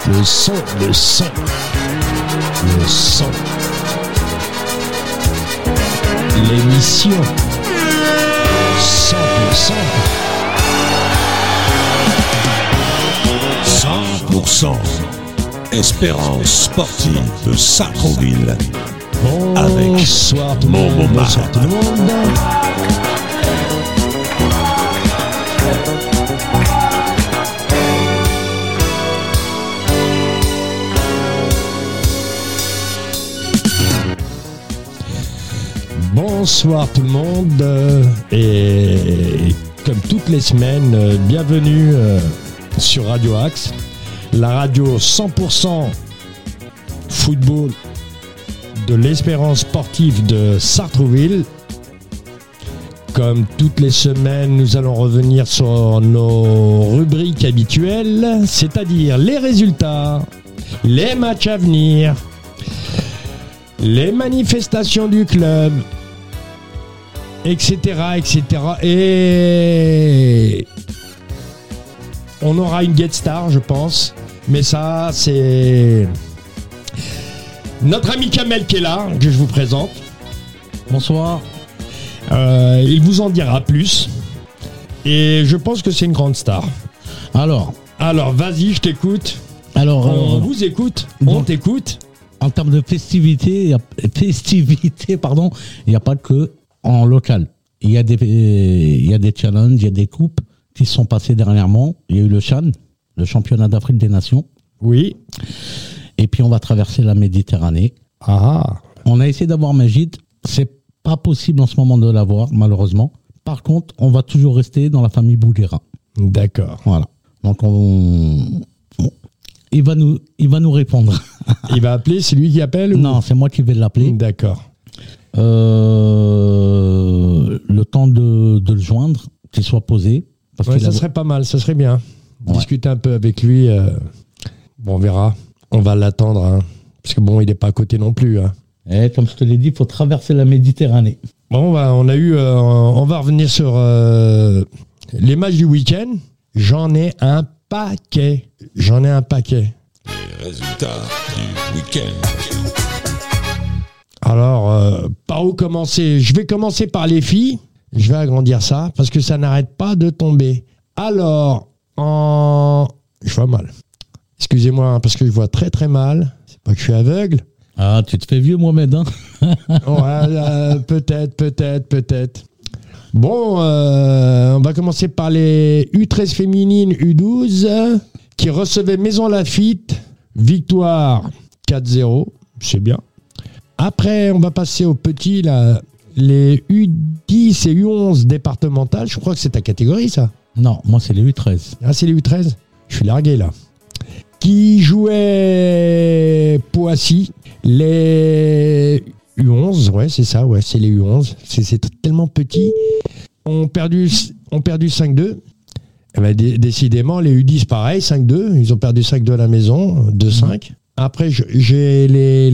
Le son. L'émission 100% Espérance sportive de Sartrouville. Bonsoir tout le monde. Bonsoir tout le monde. Bonsoir tout le monde et comme toutes les semaines, bienvenue sur Radio Axe, la radio 100% football de l'Espérance sportive de Sartrouville. Comme toutes les semaines, nous allons revenir sur nos rubriques habituelles, c'est-à-dire les résultats, les matchs à venir, les manifestations du club, etc. Et on aura une guest star, je pense. Mais ça, c'est notre ami Kamel qui est là, que je vous présente. Bonsoir. Il vous en dira plus. Et je pense que c'est une grande star. Alors, vas-y, je t'écoute. On vous écoute. On t'écoute. En termes de festivité, il n'y a pas que en local. Il y a des challenges, il y a des coupes qui se sont passées dernièrement. Il y a eu le CHAN, le championnat d'Afrique des Nations. Oui. Et puis on va traverser la Méditerranée. Ah. On a essayé d'avoir Majid. C'est pas possible en ce moment de l'avoir, malheureusement. Par contre, on va toujours rester dans la famille Boulera. D'accord. Voilà. Donc il va nous répondre. Il va appeler, c'est lui qui appelle ou... Non, c'est moi qui vais l'appeler. D'accord. Le temps de le joindre, qu'il soit posé. Parce ça serait pas mal, ça serait bien. Ouais. Discuter un peu avec lui. Bon, on verra. On va l'attendre. Hein. Parce que bon, il n'est pas à côté non plus. Hein. Et comme je te l'ai dit, il faut traverser la Méditerranée. Bon, on va revenir sur les matchs du week-end. J'en ai un paquet. Les résultats du week-end. Alors, par où commencer ? Je vais commencer par les filles. Je vais agrandir ça parce que ça n'arrête pas de tomber. Alors, je vois mal. Excusez-moi, hein, parce que je vois très très mal. C'est pas que je suis aveugle. Ah, tu te fais vieux, Mohamed, hein. Ouais, peut-être. Bon, on va commencer par les U13 féminines, U12, qui recevaient Maison Lafitte. Victoire 4-0, c'est bien. Après, on va passer aux petits, là, les U10 et U11 départementales. Je crois que c'est ta catégorie, ça. Non, moi, c'est les U13. Ah, c'est les U13 ? Je suis largué, là. Qui jouaient Poissy. Les U11, ouais, c'est ça, ouais, c'est les U11. C'est tellement petit. On perdu 5-2. Eh ben, décidément, les U10, pareil, 5-2. Ils ont perdu 5-2 à la maison, 2-5. Après, j'ai les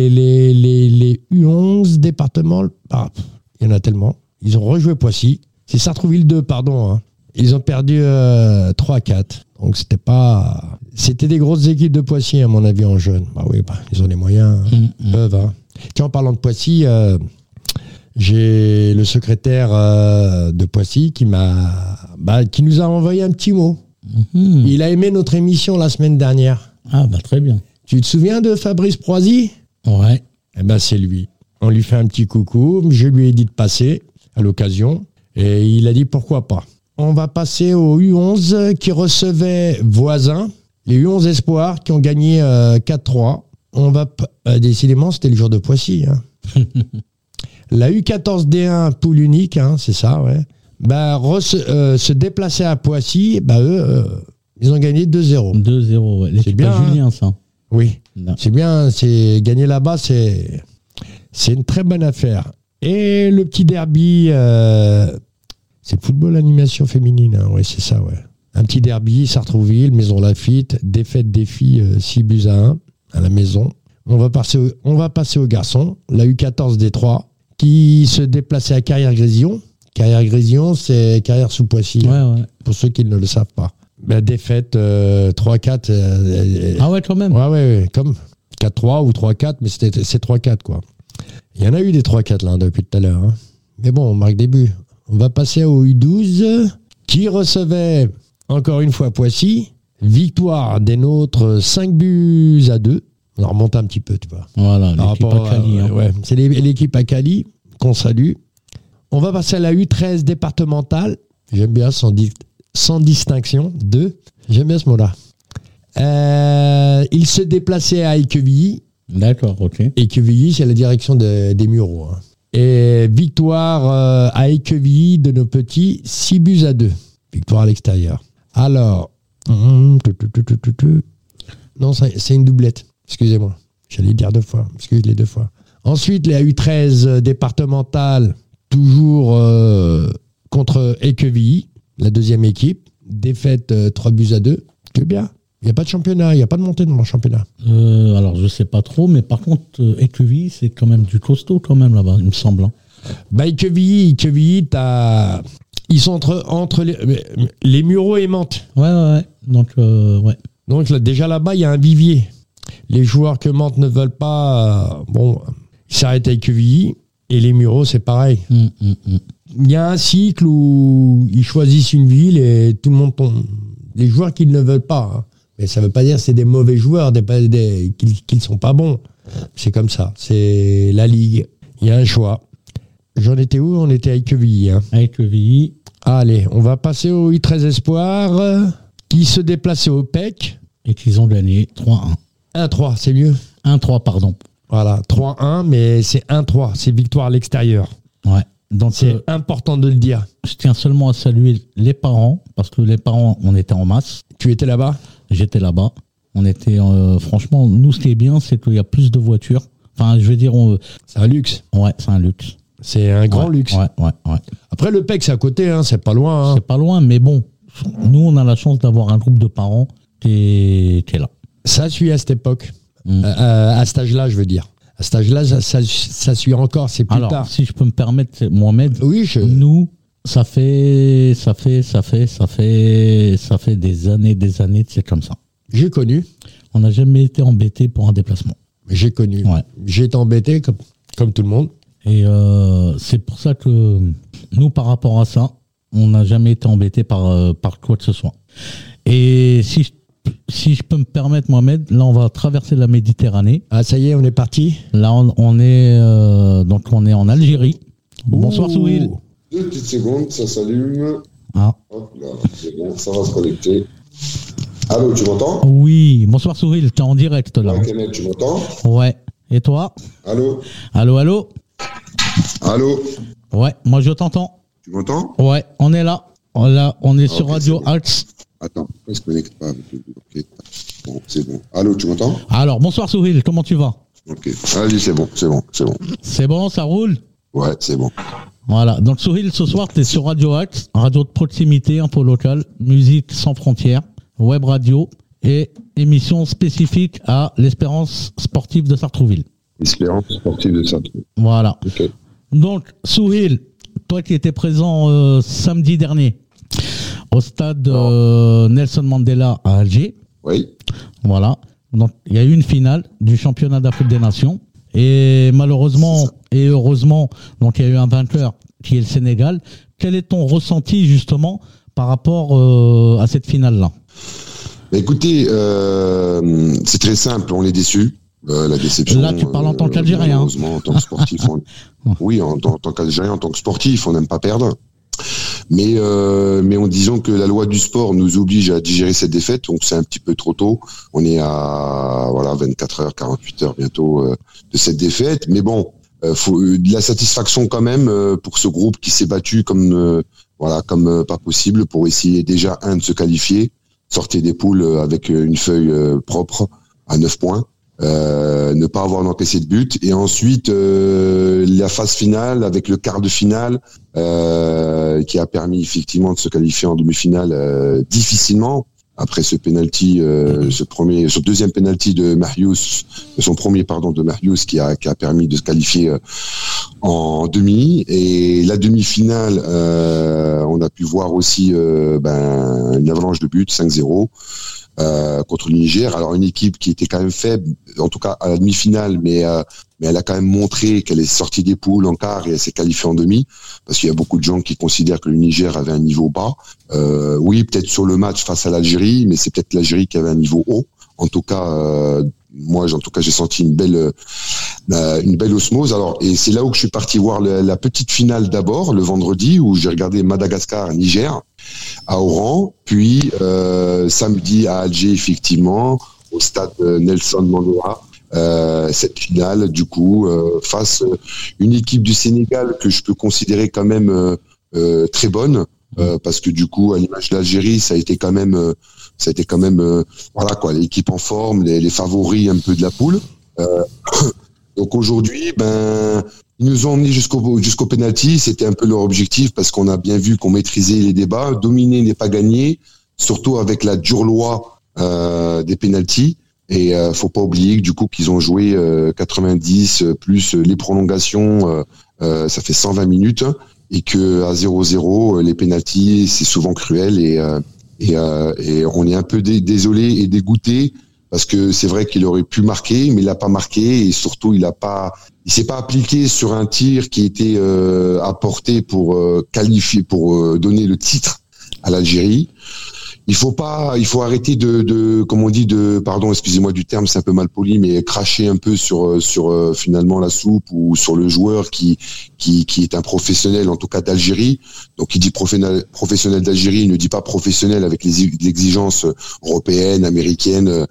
U11 départements. Il y en a tellement. Ils ont rejoué Poissy. C'est Sartrouville 2, pardon. Hein. Ils ont perdu 3-4. Donc, c'était des grosses équipes de Poissy, à mon avis, en jeune. Bah oui, ils ont les moyens. Ils peuvent. Hein. Tiens, en parlant de Poissy, j'ai le secrétaire de Poissy qui nous a envoyé un petit mot. Il a aimé notre émission la semaine dernière. Ah, bah très bien. Tu te souviens de Fabrice Proisy ? Ouais. Eh ben, c'est lui. On lui fait un petit coucou. Je lui ai dit de passer à l'occasion. Et il a dit pourquoi pas. On va passer aux U11 qui recevaient Voisins. Les U11 Espoirs qui ont gagné 4-3. Décidément, c'était le jour de Poissy. Hein. La U14 D1 poule unique, hein, c'est ça, ouais. Se déplacer à Poissy, eux, ils ont gagné 2-0. 2-0, ouais. C'est bien, Julien, ça. Oui, non. C'est bien. Gagner là-bas, c'est une très bonne affaire. Et le petit derby, c'est le football animation féminine, hein, ouais, c'est ça, ouais. Un petit derby, Sartrouville, Maison Lafitte, défaite des filles 6-1 à la maison. On va passer aux garçons. La U14 D3 qui se déplaçait à Carrière-Grésillon. Carrière-Grésillon, c'est Carrière sous Poissy. Ouais. Pour ceux qui ne le savent pas. Défaite 3-4. Ah ouais, quand même. Ouais, comme 4-3 ou 3-4, mais c'est 3-4, quoi. Il y en a eu des 3-4 là depuis tout à l'heure. Hein. Mais bon, on marque des buts. On va passer au U12 qui recevait encore une fois Poissy. Victoire des nôtres 5-2. On remonte un petit peu, tu vois. Voilà, l'équipe à Cali. Ouais, c'est l'équipe à Cali qu'on salue. On va passer à la U13 départementale. J'aime bien sans distinction. 2. J'aime bien ce mot-là. Il se déplaçait à Équevilly. D'accord, ok. Équevilly, c'est la direction des Mureaux. Hein. Et victoire à Équevilly de nos petits 6-2. Victoire à l'extérieur. Alors, non, c'est une doublette. Excusez-moi. J'allais dire 2 fois. Excusez-les 2 fois. Ensuite, la U13 départementale, toujours contre Équevilly, la deuxième équipe. Défaite 3-2. C'est bien. Il n'y a pas de championnat, il n'y a pas de montée dans le championnat. Alors, je ne sais pas trop, mais par contre, Équevilly, c'est quand même du costaud quand même là-bas, il me semble. Équevilly, ils sont entre les Mureaux et Mantes. Ouais. Donc, ouais. Donc déjà là-bas, il y a un vivier. Les joueurs que Mantes ne veulent pas, ils s'arrêtent à Équevilly. Et les Mureaux, c'est pareil. Il y a un cycle où ils choisissent une ville et tout le monde tombe. Les joueurs qu'ils ne veulent pas. Hein. Mais ça ne veut pas dire que c'est des mauvais joueurs, qu'ils ne sont pas bons. C'est comme ça. C'est la Ligue. Il y a un choix. J'en étais où ? On était à Équevilly. Hein. À Équevilly. Allez, on va passer au U13 Espoir qui se déplaçait au PEC. Et qu'ils ont gagné 3-1. 1-3, c'est mieux. 1-3, pardon. Voilà, 3-1, mais c'est 1-3. C'est victoire à l'extérieur. Ouais. Donc, c'est important de le dire. Je tiens seulement à saluer les parents, parce que les parents, on était en masse. Tu étais là-bas ? J'étais là-bas. On était, franchement, nous, ce qui est bien, c'est qu'il y a plus de voitures. Enfin, je veux dire... c'est un luxe. Ouais, c'est un luxe. C'est un grand luxe. Ouais. Après, le PEC, c'est à côté, hein, c'est pas loin. Hein. C'est pas loin, mais bon, nous, on a la chance d'avoir un groupe de parents qui est là. Ça suit à cette époque. À cet âge-là, je veux dire. À cet âge-là, ça suit encore, c'est plus tard. Alors, si je peux me permettre, Mohamed, oui, nous, ça fait des années, c'est comme ça. J'ai connu. On n'a jamais été embêté pour un déplacement. J'ai connu. Ouais. J'ai été embêté comme tout le monde. Et c'est pour ça que nous, par rapport à ça, on n'a jamais été embêté par quoi que ce soit. Et si je peux me permettre, Mohamed, là, on va traverser la Méditerranée. Ah, ça y est, on est parti. Là, on est en Algérie. Bonsoir, Souhil. 2 petites secondes, ça s'allume. Ah. Hop là, c'est bon, ça va se connecter. Allô, tu m'entends ? Oui, bonsoir, Souhil, t'es en direct, là. Ouais, Kenneth, tu m'entends ? Ouais. Et toi ? Allô ? Allô ? Ouais, moi, je t'entends. Tu m'entends ? Ouais, on est là. On est sur Radio Axe. Attends, pourquoi il ne se connecte pas avec le... Ok, bon, c'est bon. Allô, tu m'entends ? Alors, bonsoir Souhil, comment tu vas ? Ok, allez, c'est bon. C'est bon, ça roule ? Ouais, c'est bon. Voilà, donc Souhil, ce soir, tu es sur Radio Axe, radio de proximité, info locale, musique sans frontières, web radio et émission spécifique à l'Espérance sportive de Sartrouville. L'Espérance sportive de Sartrouville. Voilà. Ok. Donc, Souhil, toi qui étais présent samedi dernier au stade Nelson Mandela à Alger. Oui. Voilà. Donc, il y a eu une finale du championnat d'Afrique des Nations. Et malheureusement et heureusement, donc il y a eu un vainqueur qui est le Sénégal. Quel est ton ressenti justement par rapport à cette finale-là ? Écoutez, c'est très simple, on est déçus. La déception. Là, tu parles en tant qu'Algérien. Malheureusement, en tant que sportif, oui, en tant qu'Algérien, en tant que sportif, on n'aime pas perdre. Mais en disant que la loi du sport nous oblige à digérer cette défaite, donc c'est un petit peu trop tôt. On est à 24 heures, 48 heures bientôt de cette défaite. Mais bon, faut de la satisfaction quand même pour ce groupe qui s'est battu comme pas possible pour essayer déjà de se qualifier, sortir des poules avec une feuille propre à 9 points. Ne pas avoir encaissé de but et ensuite la phase finale avec le quart de finale qui a permis effectivement de se qualifier en demi-finale difficilement après ce penalty ce deuxième penalty de Marius, son premier de Marius qui a permis de se qualifier en demi, et la demi-finale on a pu voir aussi une avalanche de buts, 5-0 contre le Niger. Alors une équipe qui était quand même faible, en tout cas à la demi-finale, mais elle a quand même montré qu'elle est sortie des poules en quart et elle s'est qualifiée en demi, parce qu'il y a beaucoup de gens qui considèrent que le Niger avait un niveau bas. Oui, peut-être sur le match face à l'Algérie, mais c'est peut-être l'Algérie qui avait un niveau haut. En tout cas, moi, j'ai senti une belle osmose. Alors, et c'est là où je suis parti voir la petite finale d'abord, le vendredi, où j'ai regardé Madagascar-Niger à Oran, puis samedi à Alger, effectivement, au stade Nelson Mandela. Cette finale, du coup, face une équipe du Sénégal que je peux considérer quand même très bonne, parce que du coup, à l'image de l'Algérie, ça a été quand même voilà quoi, l'équipe en forme, les favoris un peu de la poule. Donc aujourd'hui, ils nous ont emmenés jusqu'au penalty. C'était un peu leur objectif, parce qu'on a bien vu qu'on maîtrisait les débats. Dominer n'est pas gagné, surtout avec la dure loi des penalties. Et faut pas oublier que du coup qu'ils ont joué 90 plus les prolongations, ça fait 120 minutes, et que à 0-0 les pénaltys c'est souvent cruel, et on est un peu désolé et dégoûté, parce que c'est vrai qu'il aurait pu marquer, mais il a pas marqué, et surtout il s'est pas appliqué sur un tir qui était apporté pour qualifier, pour donner le titre à l'Algérie. Il faut arrêter pardon, excusez-moi du terme, c'est un peu mal poli, mais cracher un peu sur finalement la soupe, ou sur le joueur qui est un professionnel, en tout cas d'Algérie. Donc il dit professionnel d'Algérie, il ne dit pas professionnel avec l'exigence européenne, américaine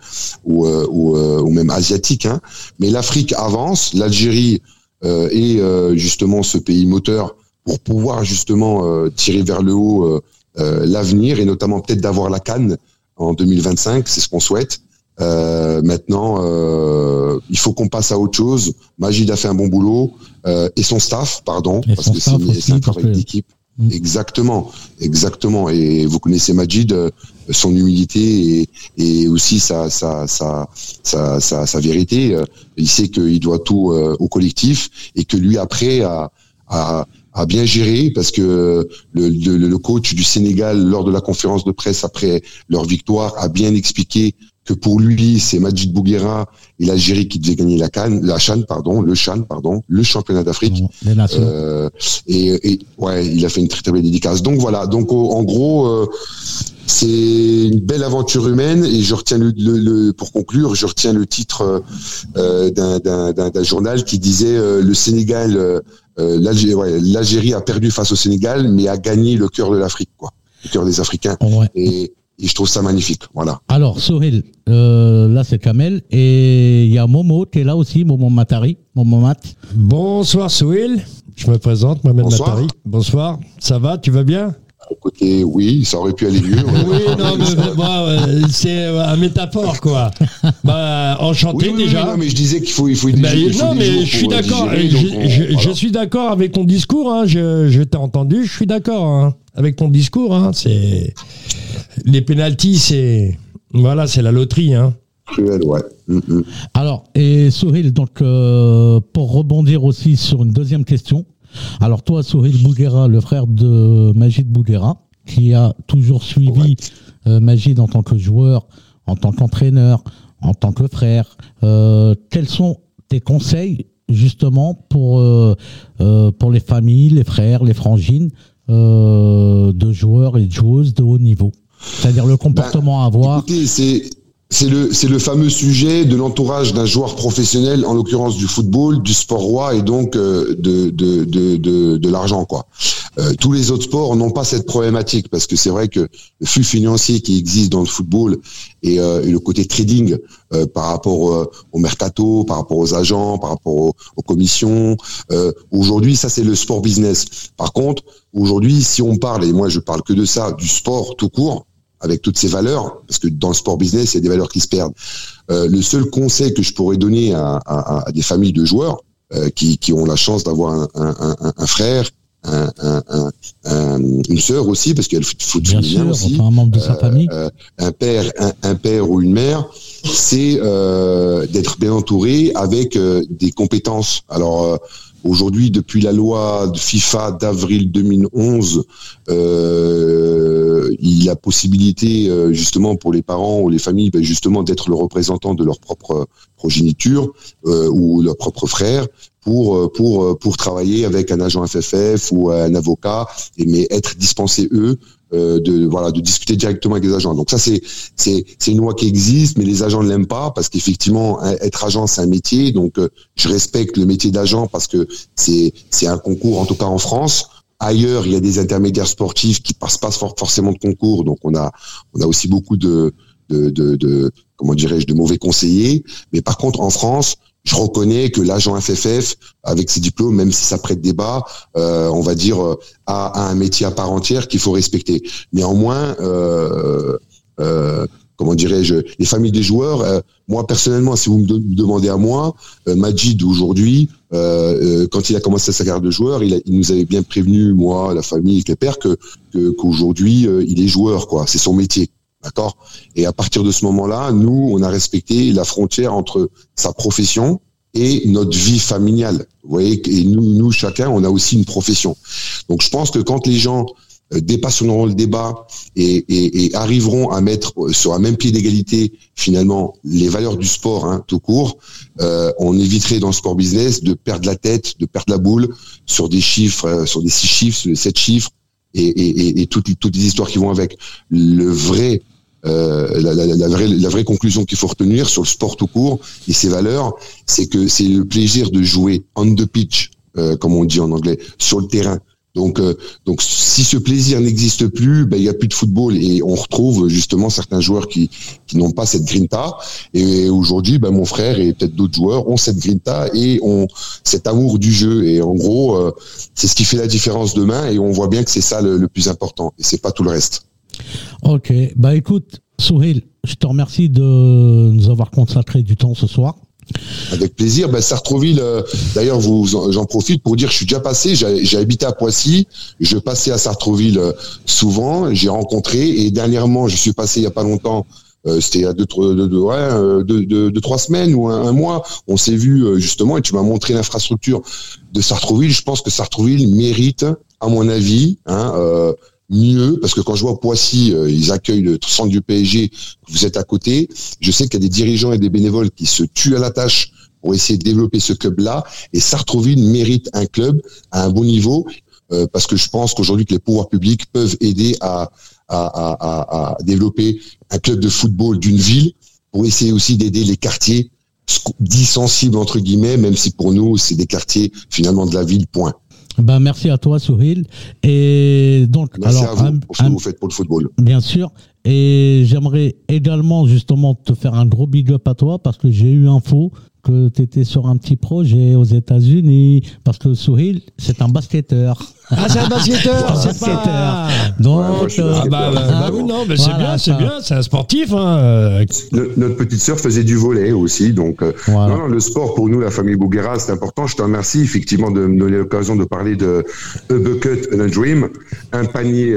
ou même asiatique, hein. Mais l'Afrique avance, l'Algérie est justement ce pays moteur pour pouvoir justement tirer vers le haut l'avenir, et notamment peut-être d'avoir la CAN en 2025, c'est ce qu'on souhaite. Maintenant, il faut qu'on passe à autre chose. Majid a fait un bon boulot, et son staff, parce que c'est un travail d'équipe. Exactement. Et vous connaissez Majid, son humilité et aussi sa vérité. Il sait qu'il doit tout au collectif, et que lui après a bien géré, parce que le coach du Sénégal, lors de la conférence de presse après leur victoire, a bien expliqué que pour lui, c'est Majid Bouguera et l'Algérie qui devaient gagner le championnat d'Afrique. Et ouais, il a fait une très très belle dédicace. Donc voilà, en gros, c'est une belle aventure humaine, et je retiens pour conclure, je retiens le titre d'un journal qui disait le Sénégal, l'Algérie a perdu face au Sénégal, mais a gagné le cœur de l'Afrique, le cœur des Africains. Ouais. Et je trouve ça magnifique. Voilà. Alors, Sohail, là c'est Kamel, et il y a Momo, tu es là aussi, Momo Mat. Bonsoir Sohail, je me présente, Mohamed Matari. Bonsoir, ça va, tu vas bien? Écoutez, oui, ça aurait pu aller mieux. Oui, non, mais c'est une métaphore, quoi. Enchanté déjà. Non, mais je disais qu'il faut non, mais je suis d'accord. Je suis d'accord avec ton discours. Hein. Je t'ai entendu. Je suis d'accord avec ton discours. Hein. C'est les pénaltys, c'est la loterie. Hein. Cruel, ouais. Alors, et Sohail, donc pour rebondir aussi sur une deuxième question. Alors toi, Sohail Bouguera, le frère de Majid Bouguera, qui a toujours suivi Majid en tant que joueur, en tant qu'entraîneur, en tant que frère, quels sont tes conseils justement pour les familles, les frères, les frangines de joueurs et de joueuses de haut niveau? C'est-à-dire le comportement à avoir. Écoutez, c'est le fameux sujet de l'entourage d'un joueur professionnel, en l'occurrence du football, du sport roi, et donc de l'argent, quoi. Tous les autres sports n'ont pas cette problématique, parce que c'est vrai que le flux financier qui existe dans le football et le côté trading par rapport au mercato, par rapport aux agents, par rapport aux commissions, aujourd'hui ça c'est le sport business. Par contre, aujourd'hui, si on parle, et moi je parle que de ça, du sport tout court, avec toutes ces valeurs, parce que dans le sport business, il y a des valeurs qui se perdent. Le seul conseil que je pourrais donner à des familles de joueurs qui ont la chance d'avoir un frère, une sœur aussi, parce qu'il y a le foot féminin aussi, enfin un membre de sa famille, un père ou une mère, c'est d'être bien entouré avec des compétences. Alors Aujourd'hui, depuis la loi de FIFA d'avril 2011, il y a possibilité justement pour les parents ou les familles justement d'être le représentant de leur propre progéniture ou leur propre frère pour travailler avec un agent FFF ou un avocat, mais être dispensés eux de discuter directement avec les agents. Donc ça c'est une loi qui existe, mais les agents ne l'aiment pas parce qu'effectivement être agent c'est un métier. Donc je respecte le métier d'agent parce que c'est un concours, en tout cas en France. Ailleurs, il y a des intermédiaires sportifs qui passent pas forcément de concours, donc on a aussi beaucoup de comment dirais-je, de mauvais conseillers. Mais par contre, en France, je reconnais que l'agent FFF, avec ses diplômes, même si ça prête débat, on va dire, a un métier à part entière qu'il faut respecter. Néanmoins, comment dirais-je, les familles des joueurs, moi personnellement, si vous me demandez à moi, Majid aujourd'hui, quand il a commencé sa carrière de joueur, il nous avait bien prévenu, moi, la famille, les pères, qu'aujourd'hui, il est joueur, quoi. C'est son métier. D'accord. Et à partir de ce moment-là, nous, on a respecté la frontière entre sa profession et notre vie familiale. Vous voyez, et nous, chacun, on a aussi une profession. Donc, je pense que quand les gens dépassionneront le débat et arriveront à mettre sur un même pied d'égalité, finalement, les valeurs du sport, tout court, on éviterait dans le sport business de perdre la tête, de perdre la boule sur des chiffres, sur des 6 chiffres, sur des 7 chiffres et toutes les histoires qui vont avec. La vraie conclusion qu'il faut retenir sur le sport tout court et ses valeurs, c'est que c'est le plaisir de jouer on the pitch, comme on dit en anglais, sur le terrain. Donc si ce plaisir n'existe plus, il y a plus de football et on retrouve justement certains joueurs qui n'ont pas cette grinta. Et aujourd'hui, mon frère et peut-être d'autres joueurs ont cette grinta et ont cet amour du jeu. Et en gros, c'est ce qui fait la différence demain. Et on voit bien que c'est ça le plus important. Et c'est pas tout le reste. Ok, écoute, Souheil, je te remercie de nous avoir consacré du temps ce soir. Avec plaisir. Sartrouville, d'ailleurs, j'en profite pour dire que je suis déjà passé. J'ai habité à Poissy. Je passais à Sartrouville souvent. J'ai rencontré et dernièrement, je suis passé il y a pas longtemps. C'était il y a 2-3 semaines ou un mois. On s'est vu justement et tu m'as montré l'infrastructure de Sartrouville. Je pense que Sartrouville mérite, à mon avis, mieux, parce que quand je vois Poissy, ils accueillent le centre du PSG, vous êtes à côté, je sais qu'il y a des dirigeants et des bénévoles qui se tuent à la tâche pour essayer de développer ce club-là, et Sartrouville mérite un club à un bon niveau, parce que je pense qu'aujourd'hui que les pouvoirs publics peuvent aider à développer un club de football d'une ville, pour essayer aussi d'aider les quartiers dits sensibles, entre guillemets, même si pour nous, c'est des quartiers finalement de la ville, point. Merci à toi, Souheil. Et donc, merci à vous pour ce que vous faites pour le football. Bien sûr. Et j'aimerais également justement te faire un gros big up à toi parce que j'ai eu info que tu étais sur un petit projet aux États-Unis parce que Souheil, c'est un basketteur. Ah, c'est un basketteur, c'est pas... Donc, oui, non, mais voilà, c'est bien, c'est un sportif. Notre petite sœur faisait du volley aussi, donc voilà. Non, le sport pour nous, la famille Bouguera, c'est important. Je te remercie effectivement de me donner l'occasion de parler de A Bucket and a Dream, un panier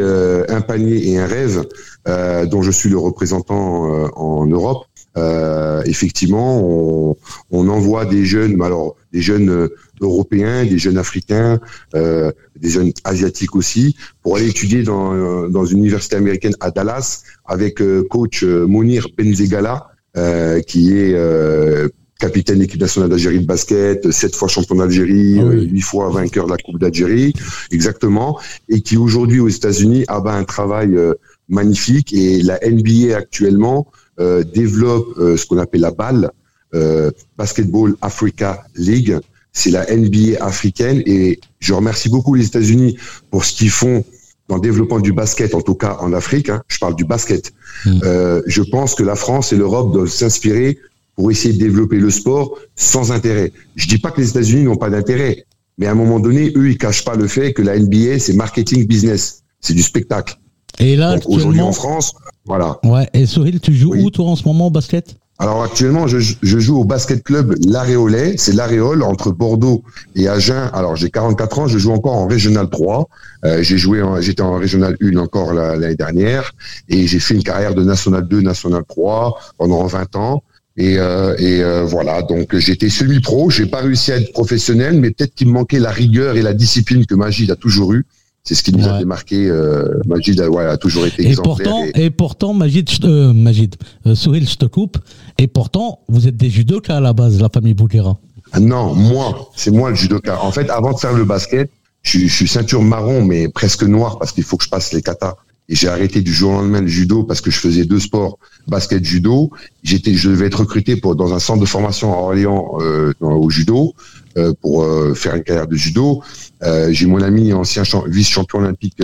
et un rêve, dont je suis le représentant en Europe. Effectivement, on envoie des jeunes, des jeunes européens, des jeunes africains, des jeunes asiatiques aussi, pour aller étudier dans une université américaine à Dallas avec coach Mounir Benzegala, qui est capitaine de l'équipe nationale d'Algérie de basket, 7 fois champion d'Algérie, 8 fois vainqueur de la Coupe d'Algérie, exactement, et qui aujourd'hui aux États-Unis abat un travail magnifique. Et la NBA actuellement développe ce qu'on appelle la BAL, Basketball Africa League. C'est la NBA africaine et je remercie beaucoup les États-Unis pour ce qu'ils font dans le développement du basket, en tout cas en Afrique. Je parle du basket. Je pense que la France et l'Europe doivent s'inspirer pour essayer de développer le sport sans intérêt. Je dis pas que les États-Unis n'ont pas d'intérêt, mais à un moment donné, eux, ils cachent pas le fait que la NBA, c'est marketing business. C'est du spectacle. Et là, donc, aujourd'hui en France, voilà. Ouais. Et Souheil, tu joues où toi en ce moment au basket? Alors actuellement, je joue au basket club L'Aréolais. C'est l'Aréole entre Bordeaux et Agen. Alors j'ai 44 ans, je joue encore en Régional 3. J'étais en Régional 1 encore l'année dernière et j'ai fait une carrière de National 2, National 3 pendant 20 ans. Et voilà, donc j'étais semi-pro, j'ai pas réussi à être professionnel, mais peut-être qu'il me manquait la rigueur et la discipline que Majid a toujours eu. C'est ce qui nous a démarqué. Majid a toujours été exemplaire. Et pourtant, Sohail, je te coupe. Et pourtant, vous êtes des judokas à la base, la famille Bouguera. Non, c'est moi le judoka. En fait, avant de faire le basket, je suis ceinture marron, mais presque noire parce qu'il faut que je passe les katas. Et j'ai arrêté du jour au lendemain le judo parce que je faisais 2 sports, basket, judo. Je devais être recruté dans un centre de formation à Orléans au judo pour faire une carrière de judo. J'ai mon ami ancien vice-champion olympique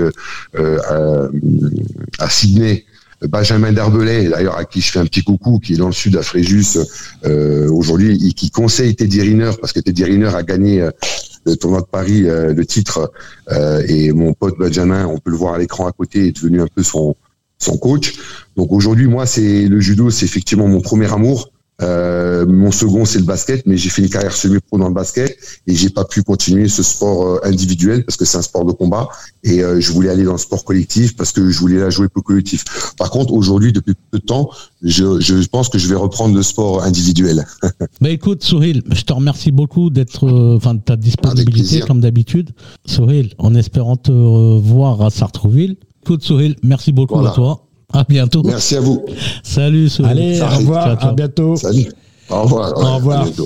à Sydney, Benjamin Derbelay, d'ailleurs à qui je fais un petit coucou, qui est dans le sud à Fréjus aujourd'hui, et qui conseille Teddy Riner parce que Teddy Riner a gagné le tournoi de Paris, le titre, et mon pote Benjamin, on peut le voir à l'écran à côté, est devenu un peu son coach. Donc aujourd'hui, moi, le judo, c'est effectivement mon premier amour. Mon second, c'est le basket, mais j'ai fait une carrière semi-pro dans le basket et j'ai pas pu continuer ce sport individuel parce que c'est un sport de combat et je voulais aller dans le sport collectif parce que je voulais la jouer pour collectif. Par contre, aujourd'hui, depuis peu de temps, je pense que je vais reprendre le sport individuel. Bah écoute, Sohail, je te remercie beaucoup de ta disponibilité comme d'habitude. Sohail, en espérant te voir à Sartrouville. Écoute, Sohail, merci beaucoup à toi. À bientôt. Merci à vous. Salut, Sohail. Allez, au revoir, ciao. À bientôt. Salut. Au revoir. Au revoir. À bientôt.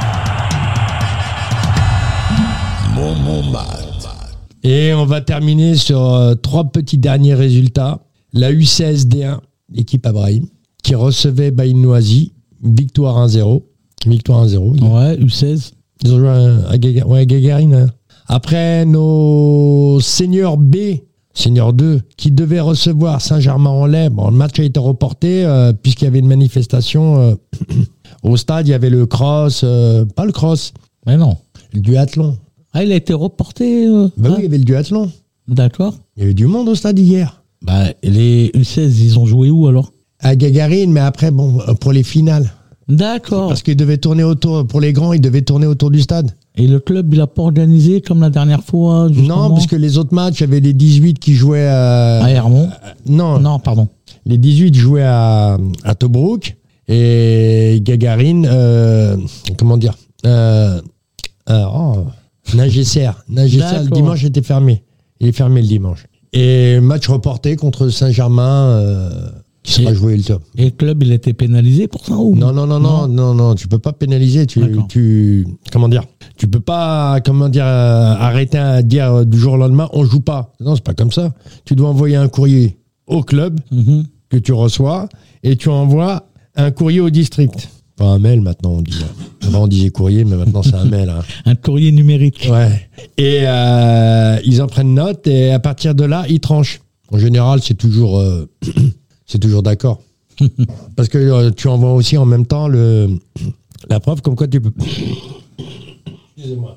Et on va terminer sur 3 petits derniers résultats. La U16 D1, l'équipe Abrahim, qui recevait Baïnoisi, victoire 1-0. Victoire 1-0. Ouais, U16. Ils ont joué à Gagarine. Après, nos seniors B, Senior 2, qui devait recevoir Saint-Germain-en-Laye. Bon, le match a été reporté puisqu'il y avait une manifestation au stade. Il y avait le cross, pas le cross. Mais non. Le duathlon. Ah, il a été reporté oui, il y avait le duathlon. D'accord. Il y avait du monde au stade hier. Bah, les U16, ils ont joué où alors? À Gagarine, mais après, bon, pour les finales. D'accord. Parce qu'ils devaient tourner autour, pour les grands, ils devaient tourner autour du stade. Et le club, il a pas organisé comme la dernière fois justement? Non, puisque les autres matchs, il y avait les 18 qui jouaient à Hermont. Non, pardon. Les 18 jouaient à Tobruk et Gagarine, comment dire Nagesser, le dimanche était fermé. Il est fermé le dimanche. Et match reporté contre Saint-Germain qui sera joué le top. Et le club, il était pénalisé pour ça ou Non, tu peux pas pénaliser. Comment dire? Tu peux pas, arrêter à dire du jour au lendemain, on joue pas. Non, c'est pas comme ça. Tu dois envoyer un courrier au club que tu reçois et tu envoies un courrier au district. Enfin, un mail maintenant, on dit. Avant, on disait courrier, mais maintenant, c'est un mail. Hein. Un courrier numérique. Ouais. Et ils en prennent note et à partir de là, ils tranchent. En général, c'est toujours d'accord. Parce que tu envoies aussi en même temps la preuve comme quoi tu peux... Excusez-moi.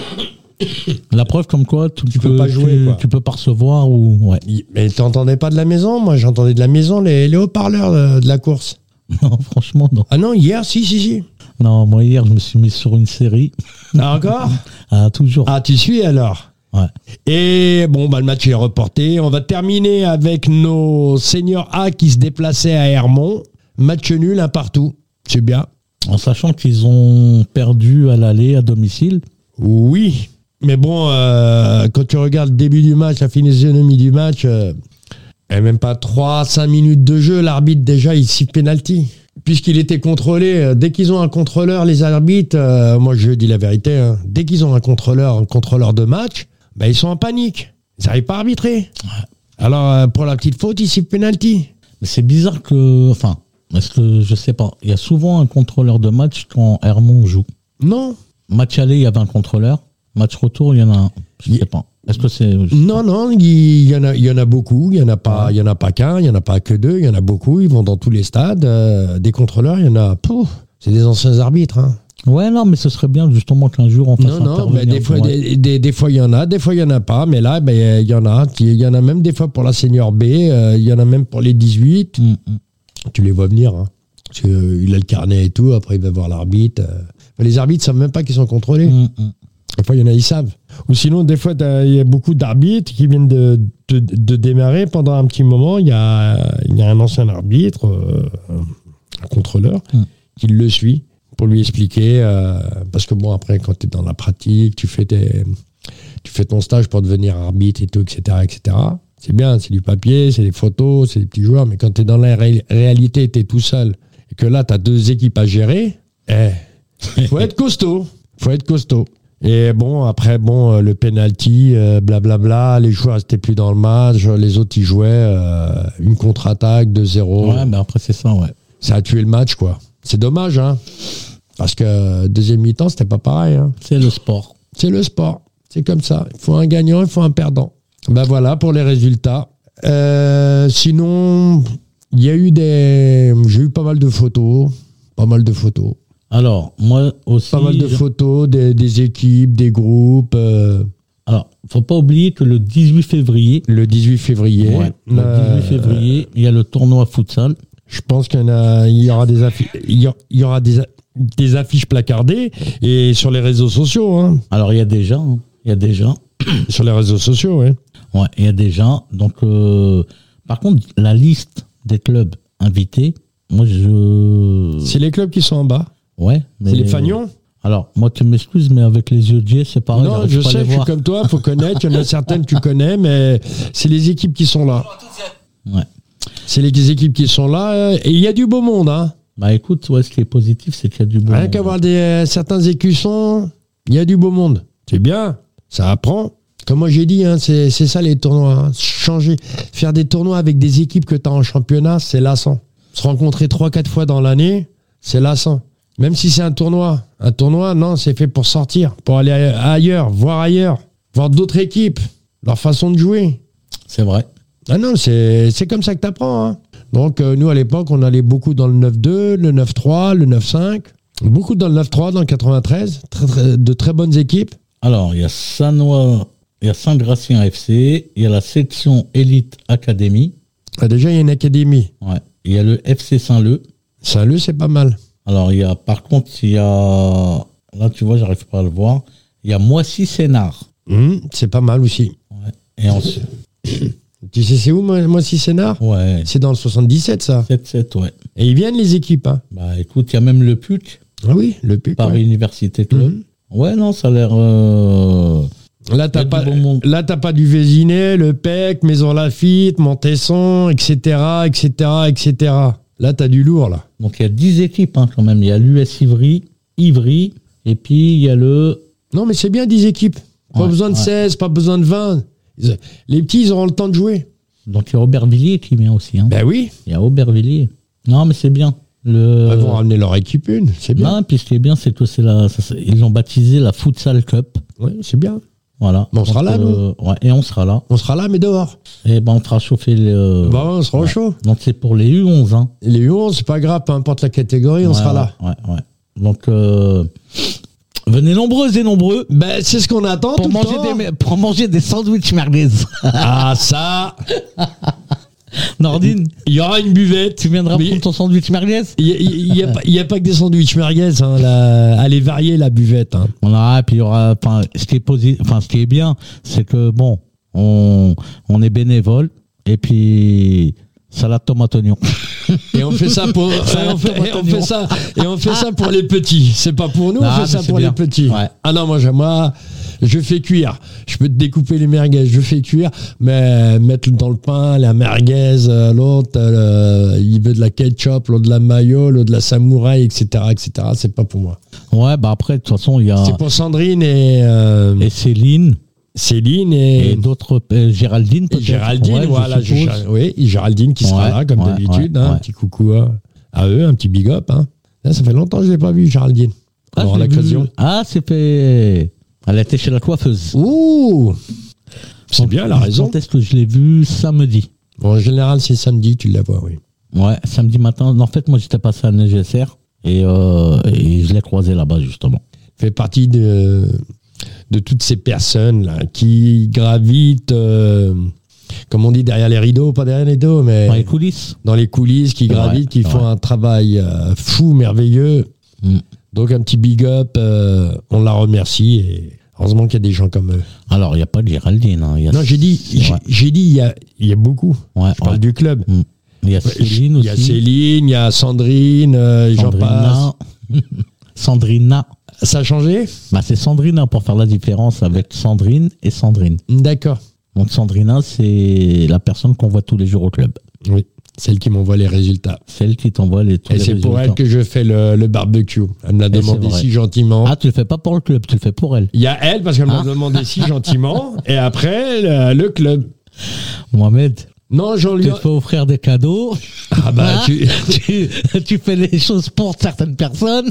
La preuve comme quoi tu peux pas jouer, quoi. Tu peux pas recevoir ou... Ouais. Mais tu n'entendais pas de la maison? Moi, j'entendais de la maison les haut-parleurs de la course. Non, franchement, non. Ah non, hier, si. Non, moi, hier, je me suis mis sur une série. Ah, encore? Ah, toujours. Ah, tu suis alors? Ouais. Et bon, le match est reporté. On va terminer avec nos seniors A qui se déplaçaient à Hermont. Match nul, 1 partout. C'est bien. En sachant qu'ils ont perdu à l'aller à domicile. Oui. Mais bon, quand tu regardes le début du match, la physionomie du match, et même pas 3-5 minutes de jeu, l'arbitre déjà, il siffle penalty. Puisqu'il était contrôlé, dès qu'ils ont un contrôleur, les arbitres, moi je dis la vérité, hein, dès qu'ils ont un contrôleur de match, ils sont en panique. Ils n'arrivent pas à arbitrer. Alors, pour la petite faute, ils sifflent penalty. Mais c'est bizarre est-ce que, je sais pas, il y a souvent un contrôleur de match quand Hermont joue. Non. Match aller, il y avait un contrôleur. Match retour, il y en a un. Je sais pas. Est-ce que c'est... Non, il y en a beaucoup. Il y en a pas qu'un, il y en a pas que 2, il y en a beaucoup. Ils vont dans tous les stades. Des contrôleurs, il y en a... c'est des anciens arbitres. Hein. Ouais, non, mais ce serait bien justement qu'un jour on fasse intervenir. Des fois il y en a, des fois il y en a pas. Mais là, il y en a. Il y en a même des fois pour la senior B. Il y en a même pour les 18. Tu les vois venir. Hein. Parce qu'il a le carnet et tout. Après, il va voir l'arbitre. Les arbitres savent même pas qu'ils sont contrôlés. Des fois, il y en a, ils savent. Ou sinon, des fois, il y a beaucoup d'arbitres qui viennent de démarrer pendant un petit moment. Il y a un ancien arbitre, un contrôleur, qu'il le suit pour lui expliquer. Parce que bon, après, quand tu es dans la pratique, tu fais ton stage pour devenir arbitre et tout, etc., etc. C'est bien, c'est du papier, c'est des photos, c'est des petits joueurs. Mais quand tu es dans la réalité, tu es tout seul. Et que là, tu as 2 équipes à gérer, faut être costaud. Faut être costaud. Et bon, après, le penalty, blablabla, les joueurs n'étaient plus dans le match, les autres, ils jouaient une contre-attaque de 0. Ouais, mais après, c'est ça, ouais. Ça a tué le match, quoi. C'est dommage, hein. Parce que deuxième mi-temps, c'était pas pareil. Hein. C'est le sport. C'est le sport. C'est comme ça. Il faut un gagnant, il faut un perdant. Ben voilà pour les résultats. Sinon, j'ai eu pas mal de photos. Alors, moi aussi. Pas mal de photos des équipes, des groupes. Alors, faut pas oublier que le 18 février. Le 18 février. Ouais, le 18 février, il y a le tournoi futsal. Je pense qu'il y aura des affiches. Il y aura des affiches placardées et sur les réseaux sociaux. Hein. Alors, il y a déjà. Sur les réseaux sociaux, oui. Ouais, il y a déjà. Donc, par contre, la liste des clubs invités, moi, C'est les clubs qui sont en bas. Ouais. C'est les fagnons. Alors, moi, tu m'excuses, mais avec les yeux de Dieu, c'est pareil. Non, je sais, je suis comme toi, il faut connaître. Il y en a certaines que tu connais, mais c'est les équipes qui sont là. Ouais. C'est les équipes qui sont là. Et il y a du beau monde, hein. Bah écoute, ouais, ce qui est positif, c'est qu'il y a du beau monde. Rien qu'à voir certains écussons, il y a du beau monde. C'est bien, ça apprend. Comme moi j'ai dit, hein, c'est ça les tournois. Hein. Faire des tournois avec des équipes que tu as en championnat, c'est lassant. Se rencontrer 3-4 fois dans l'année, c'est lassant. Même si c'est un tournoi. Un tournoi, non, c'est fait pour sortir, pour aller ailleurs, voir d'autres équipes, leur façon de jouer. C'est vrai. Ah non, c'est comme ça que tu apprends. Hein. Donc, nous, à l'époque, on allait beaucoup dans le 9-2, le 9-3, le 9-5. Beaucoup dans le 9-3, dans le 93. De très bonnes équipes. Alors, il y a Sanois, il y a Saint-Gratien FC, il y a la section Elite Academy. Ah, déjà, il y a une académie. Ouais. Il y a le FC Saint-Leu. Saint-Leu, c'est pas mal. Alors, par contre, il y a... Là, tu vois, j'arrive pas à le voir. Il y a Moissy-Sénard. C'est pas mal aussi. Ouais. Et ensuite... Tu sais, c'est où, Moissy-Sénard ? Ouais. C'est dans le 77, ça. 7-7, ouais. Et ils viennent, les équipes. Hein. Bah, écoute, il y a même le PUC. Ah oui, le PUC. Paris Université Club. Ouais, non, ça a l'air... Là, t'as pas du Vésinet, le PEC, Maison Lafitte, Montesson, etc., etc., etc. Là, t'as du lourd, là. Donc, il y a 10 équipes, hein, quand même. Il y a l'US Ivry, et puis il y a le... Non, mais c'est bien 10 équipes. Pas besoin de 16, pas besoin de 20. Les petits, ils auront le temps de jouer. Donc, il y a Aubervilliers qui vient aussi. Hein. Ben oui. Il y a Aubervilliers. Non, mais c'est bien. Ils vont ramener leur équipe une, c'est bien. Non, puis ce qui est bien, c'est que ils l'ont baptisé la Futsal Cup. Oui, c'est bien. Voilà. Mais on sera là, nous. Ouais, et on sera là. On sera là, mais dehors. Et ben, on fera chauffer on sera au chaud. Donc, c'est pour les U11. Hein. Les U11, c'est pas grave, peu importe la catégorie, on sera là. Ouais. Donc, venez nombreuses et nombreux. Ben, c'est ce qu'on attend pour manger des sandwichs merguez. Ah, ça. Nordine, il y aura une buvette. Tu viendras prendre ton sandwich merguez. Il y a pas que des sandwichs merguez. Hein, elle est variée, la buvette. Hein. Voilà, et puis il y aura. Ce qui est bien, c'est que bon, on est bénévole et puis salade tomate oignon. Et on fait ça pour on fait ça pour les petits. C'est pas pour nous, on fait ça pour les petits. Ouais. Ah non, moi je fais cuire. Je peux te découper les merguez, je fais cuire, mais mettre dans le pain la merguez, l'autre il veut de la ketchup, l'autre de la mayo, l'autre de la samouraï, etc., etc. C'est pas pour moi. Ouais, bah après de toute façon il y a. C'est pour Sandrine et Céline. Et d'autres, Géraldine peut-être. Géraldine, ouais, voilà, Géraldine qui sera là comme d'habitude, un petit coucou à eux, un petit big up. Hein. Là, ça fait longtemps que je l'ai pas vu, Géraldine. Alors l'occasion. C'est fait. Elle était chez la coiffeuse. Ouh, c'est bien, elle a raison. Quand est-ce que je l'ai vue? Samedi. Bon, en général, c'est samedi, tu la vois, oui. Ouais, samedi matin. En fait, moi, j'étais passé à NGSR et je l'ai croisée là-bas justement. Fait partie de toutes ces personnes là qui gravitent, comme on dit, derrière les rideaux, pas derrière les rideaux, mais dans les coulisses. Dans les coulisses, qui gravitent, qui font un travail fou, merveilleux. Donc un petit big up, on la remercie et heureusement qu'il y a des gens comme eux. Alors il n'y a pas de Géraldine. Hein, non, j'ai dit il y a beaucoup. Je parle du club. Il y a Céline aussi. Il y a Céline, il y a Sandrine, j'en passe. Sandrina. Ça a changé? Bah, c'est Sandrina pour faire la différence avec Sandrine et Sandrine. D'accord. Donc Sandrina, c'est la personne qu'on voit tous les jours au club. Oui, celle qui m'envoie les résultats. Celle qui t'envoie tous les résultats. Et c'est pour elle que je fais le barbecue. Elle me l'a demandé si gentiment. Ah, tu le fais pas pour le club, tu le fais pour elle. Il y a elle, parce qu'elle me l'a demandé si gentiment, et après, le club. Mohamed, non, tu te fais offrir des cadeaux. Ah bah, tu fais les choses pour certaines personnes.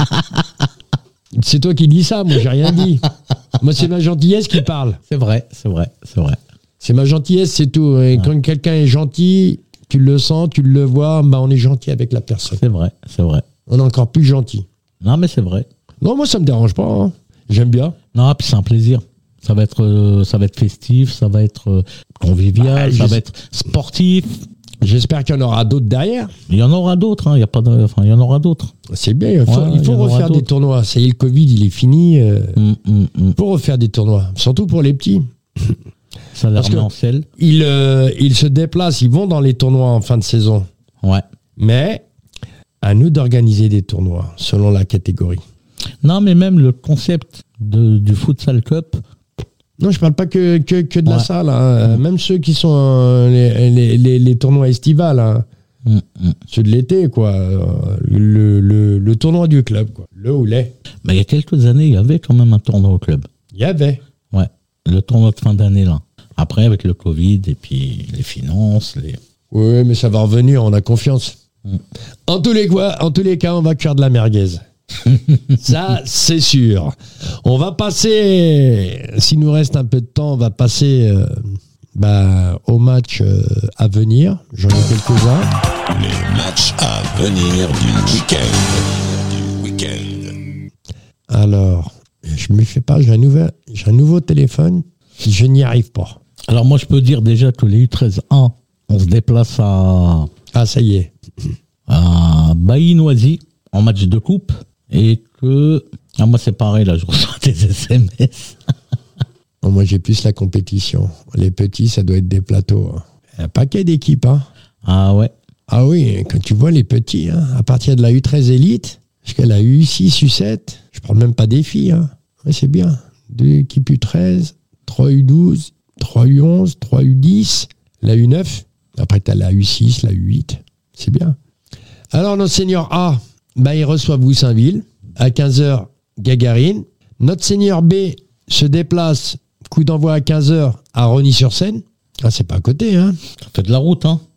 C'est toi qui dis ça, moi j'ai rien dit. Moi c'est ma gentillesse qui parle. C'est vrai. C'est ma gentillesse, c'est tout. Et quand quelqu'un est gentil, tu le sens, tu le vois, bah on est gentil avec la personne. C'est vrai. On est encore plus gentil. Non mais c'est vrai. Non, moi ça me dérange pas. Hein. J'aime bien. Non, puis c'est un plaisir. Ça va être festif, ça va être convivial, ça va être sportif. J'espère qu'il y en aura d'autres derrière. Il y en aura d'autres, hein. Il y en aura d'autres. C'est bien, il faut refaire des tournois. Ça y est, le Covid, il est fini. Il faut refaire des tournois, surtout pour les petits. Ça leur met en selle. Ils se déplacent, ils vont dans les tournois en fin de saison. Ouais. Mais à nous d'organiser des tournois selon la catégorie. Non, mais même le concept du Futsal Cup. Non, je parle pas que de la salle. Hein. Même ceux qui sont les tournois estivales. Hein. Ceux de l'été, quoi. Le tournoi du club, quoi. Le ou les. Bah, il y a quelques années, il y avait quand même un tournoi au club. Il y avait. Ouais. Le tournoi de fin d'année, là. Après, avec le Covid et puis les finances. Oui, mais ça va revenir, on a confiance. En tous les cas, on va cuire de la merguez. Ça, c'est sûr. On va passer, s'il nous reste un peu de temps, on va passer au match à venir. J'en ai quelques-uns. Les matchs à venir du week-end. Alors, je me fais pas, j'ai un nouveau téléphone, je n'y arrive pas. Alors moi, je peux dire déjà que les U13-1, on se déplace à... Ah, ça y est. À Bailly-Noisy, en match de coupe. Et que... Ah, moi, c'est pareil, là, je reçois des SMS. Moi, j'ai plus la compétition. Les petits, ça doit être des plateaux. Hein. Un paquet d'équipes. Hein. Ah ouais. Ah oui, quand tu vois les petits, hein, à partir de la U13 élite, jusqu'à la U6, U7, je parle même pas des filles. Hein. Ouais, c'est bien. 2 équipes U13, 3 U12, 3 U11, 3 U10, la U9. Après, tu as la U6, la U8. C'est bien. Alors, notre senior A, ils reçoivent Goussainville. À 15h, Gagarine. Notre senior B se déplace, coup d'envoi à 15h, à Rosny-sur-Seine. Ah, c'est pas à côté, hein. Ça fait de la route, hein.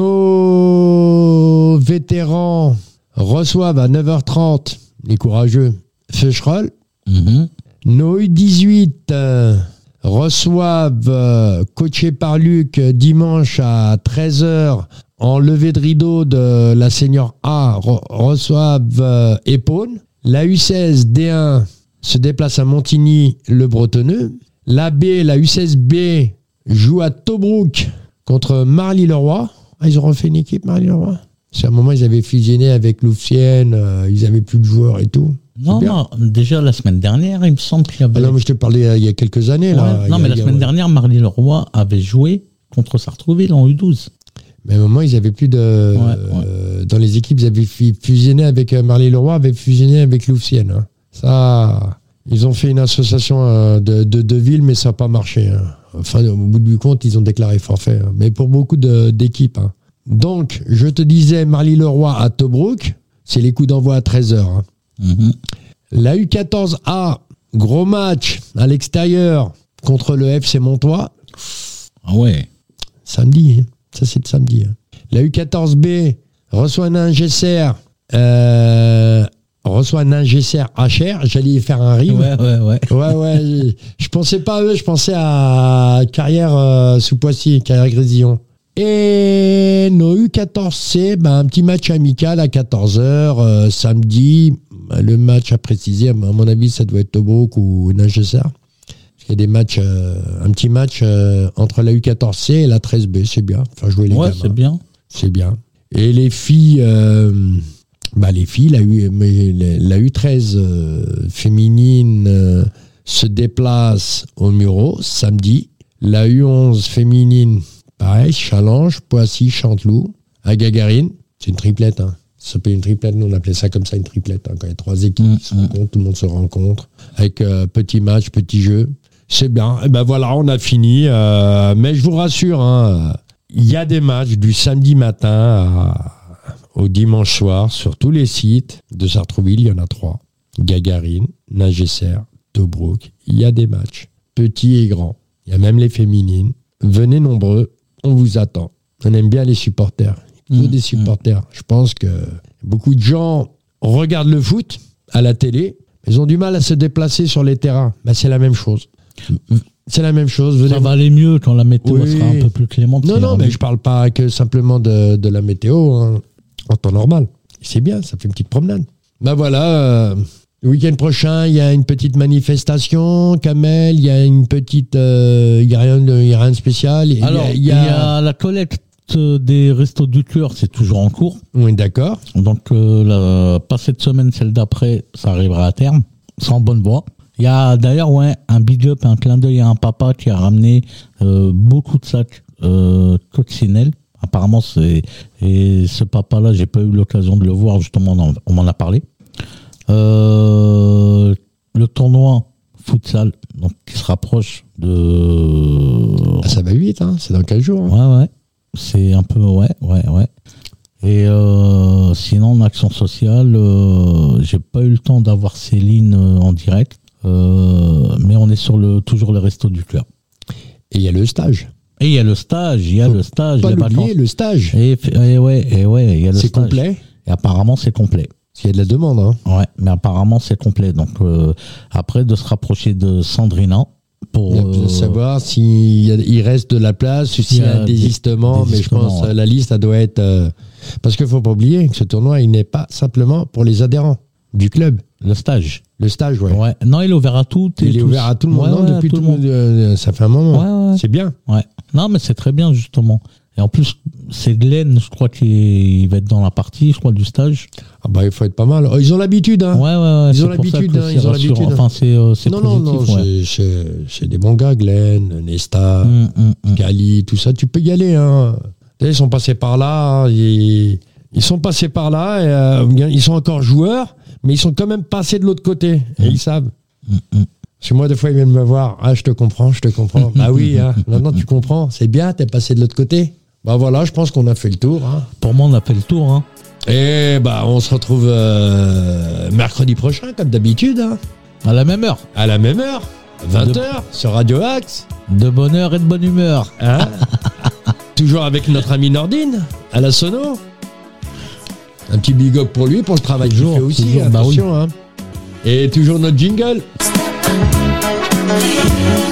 Nos vétérans reçoivent à 9h30, les courageux, Feucherolles. Nos U18 reçoivent, coachés par Luc, dimanche à 13h, en levée de rideau de la senior A, reçoivent Épône. La U16 D1 se déplace à Montigny, le Bretonneux. La B, la U16B, joue à Tobruk contre Marly-le-Roi. Ah, ils ont refait une équipe, Marly-le-Roi. C'est à un moment, ils avaient fusionné avec Louvciennes, ils avaient plus de joueurs et tout. Non, déjà la semaine dernière, il me semble qu'il y avait... Ah non, mais je te parlais il y a quelques années. Là. Non, mais la semaine dernière, Marly-le-Roi avait joué contre Sartrouville en U12. Mais à un moment, ils n'avaient plus de... dans les équipes, ils avaient fusionné avec Marly-le-Roi, avaient fusionné avec Louvciennes. Hein. Ça... Ils ont fait une association de villes, mais ça n'a pas marché. Hein. Enfin, au bout du compte, ils ont déclaré forfait. Hein. Mais pour beaucoup d'équipes. Hein. Donc, je te disais, Marly-le-Roi à Tobruk, c'est les coups d'envoi à 13h. Hein. La U14A, gros match à l'extérieur contre le FC Montois. Ah ouais. Samedi. Hein. Ça, c'est le samedi. Hein. La U14B reçoit Ningesser. Reçoit Ningesser HR. J'allais y faire un rime. Ouais. Je pensais pas à eux, je pensais à Carrière sous Poissy, Carrière Grésillon. Et nos U14C, un petit match amical à 14h, samedi. Le match à préciser, à mon avis, ça doit être Tobruk ou Ningesser. Il y a des matchs, un petit match entre la U14C et la 13B, c'est bien. Enfin, jouer les gamins. C'est bien. C'est bien. Et les filles, la U13 féminine se déplace au Mureau samedi. La U11 féminine, pareil, Challenge, Poissy, Chanteloup. à Gagarine. C'est une triplette. Hein. Ça s'appelle une triplette. Nous, on appelait ça comme ça, une triplette. Hein. Quand il y a 3 équipes qui se rencontrent, tout le monde se rencontre. Avec petit match, petit jeu. C'est bien. Et ben voilà, on a fini. Mais je vous rassure, hein, il y a des matchs du samedi matin au dimanche soir sur tous les sites de Sartrouville. Il y en a 3. Gagarine, Nagesser, Tobruk. Il y a des matchs, petits et grands. Il y a même les féminines. Venez nombreux, on vous attend. On aime bien les supporters. Il faut des supporters. Je pense que beaucoup de gens regardent le foot à la télé, mais ils ont du mal à se déplacer sur les terrains. Ben, c'est la même chose. C'est la même chose. Venez... Ça va aller mieux quand la météo sera un peu plus clémente. Non, mais je parle pas que simplement de la météo, hein, en temps normal. C'est bien, ça fait une petite promenade. Ben voilà, le week-end prochain, il y a une petite manifestation, Kamel, il y a une petite... Il n'y a rien de spécial. Alors, il y a la collecte des Restos du Cœur, c'est toujours en cours. Oui, d'accord. Donc, pas cette semaine, celle d'après, ça arrivera à terme. C'est en bonne voie. Il y a d'ailleurs un big up, un clin d'œil à un papa qui a ramené beaucoup de sacs coccinelles. Apparemment, et ce papa-là, j'ai pas eu l'occasion de le voir, justement, on m'en a parlé. Le tournoi futsal, donc qui se rapproche de... Ça va vite, hein, c'est dans 15 jours. Hein. Ouais. C'est un peu, ouais. Et sinon, en action sociale, j'ai pas eu le temps d'avoir Céline en direct, mais on est sur toujours le Resto du Cœur. Et il y a le stage. Il y a le stage, Pas l'oublier, le stage. Et ouais, il y a le stage. C'est complet. Et apparemment, c'est complet. Il y a de la demande, hein. Ouais, mais apparemment, c'est complet. Donc, après, de se rapprocher de Sandrina pour savoir s'il reste de la place ou s'il y a un désistement. Mais je pense que la liste, elle doit être... Parce qu'il ne faut pas oublier que ce tournoi, il n'est pas simplement pour les adhérents du club. Le stage, ouais. Non, il est ouvert à tout. Il est ouvert à tout le monde. Ouais, depuis tout le monde. Ça fait un moment. Ouais. C'est bien. Ouais. Non, mais c'est très bien, justement. Et en plus, c'est Glenn, je crois qu'il va être dans la partie, je crois, du stage. Ah bah, il faut être pas mal. Oh, ils ont l'habitude, hein. Ouais. Ils ont l'habitude, hein. Ils ont l'habitude. Enfin, c'est positif. Non, c'est des bons gars, Glenn, Nesta, Gali, tout ça. Tu peux y aller, hein. Ils sont passés par là. Hein. Ils sont passés par là. Et, ils sont encore joueurs, mais ils sont quand même passés de l'autre côté. Et ils savent. Parce que moi, des fois, ils viennent me voir. Ah, je te comprends. Bah oui, hein. Non, tu comprends. C'est bien, t'es passé de l'autre côté. Bah voilà, je pense qu'on a fait le tour. Hein. Pour moi, on a fait le tour. Hein. Et bah, on se retrouve mercredi prochain, comme d'habitude. Hein. À la même heure. 20h, sur Radio Axe. De bonne heure et de bonne humeur. Hein. Toujours avec notre ami Nordine, à la sono. Un petit big up pour lui, pour le travail qu'il fait aussi. Attention, hein. Et toujours notre jingle.